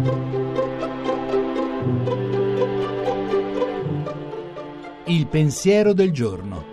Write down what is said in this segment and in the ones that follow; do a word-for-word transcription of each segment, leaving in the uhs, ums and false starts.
Il pensiero del giorno.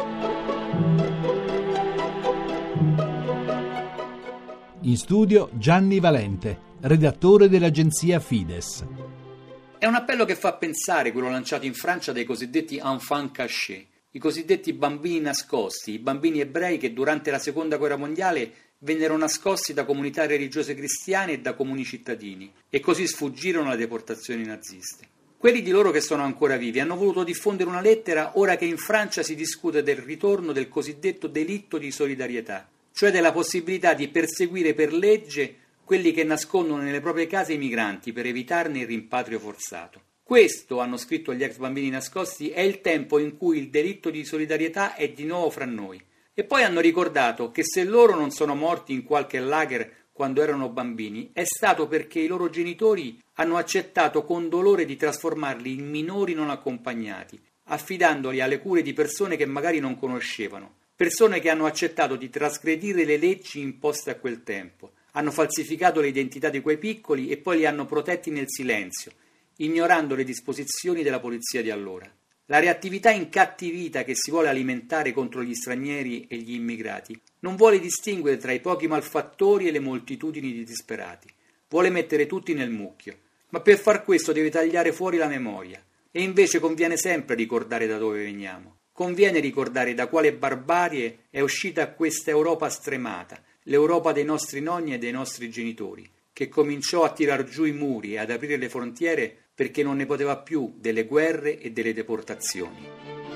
In studio Gianni Valente, redattore dell'agenzia Fides. È un appello che fa pensare quello lanciato in Francia dai cosiddetti enfants cachés, i cosiddetti bambini nascosti, i bambini ebrei che durante la seconda guerra mondiale vennero nascosti da comunità religiose cristiane e da comuni cittadini e così sfuggirono alle deportazioni naziste. Quelli di loro che sono ancora vivi hanno voluto diffondere una lettera ora che in Francia si discute del ritorno del cosiddetto delitto di solidarietà, cioè della possibilità di perseguire per legge quelli che nascondono nelle proprie case i migranti per evitarne il rimpatrio forzato. Questo, hanno scritto gli ex bambini nascosti, è il tempo in cui il delitto di solidarietà è di nuovo fra noi. E poi hanno ricordato che se loro non sono morti in qualche lager quando erano bambini, è stato perché i loro genitori hanno accettato con dolore di trasformarli in minori non accompagnati, affidandoli alle cure di persone che magari non conoscevano, persone che hanno accettato di trasgredire le leggi imposte a quel tempo, hanno falsificato le identità di quei piccoli e poi li hanno protetti nel silenzio, ignorando le disposizioni della polizia di allora. La reattività incattivita che si vuole alimentare contro gli stranieri e gli immigrati non vuole distinguere tra i pochi malfattori e le moltitudini di disperati. Vuole mettere tutti nel mucchio, ma per far questo deve tagliare fuori la memoria. E invece conviene sempre ricordare da dove veniamo. Conviene ricordare da quale barbarie è uscita questa Europa stremata, l'Europa dei nostri nonni e dei nostri genitori, che cominciò a tirar giù i muri e ad aprire le frontiere perché non ne poteva più delle guerre e delle deportazioni.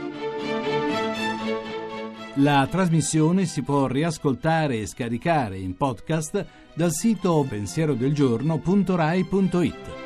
La trasmissione si può riascoltare e scaricare in podcast dal sito pensierodelgiorno punto rai punto it.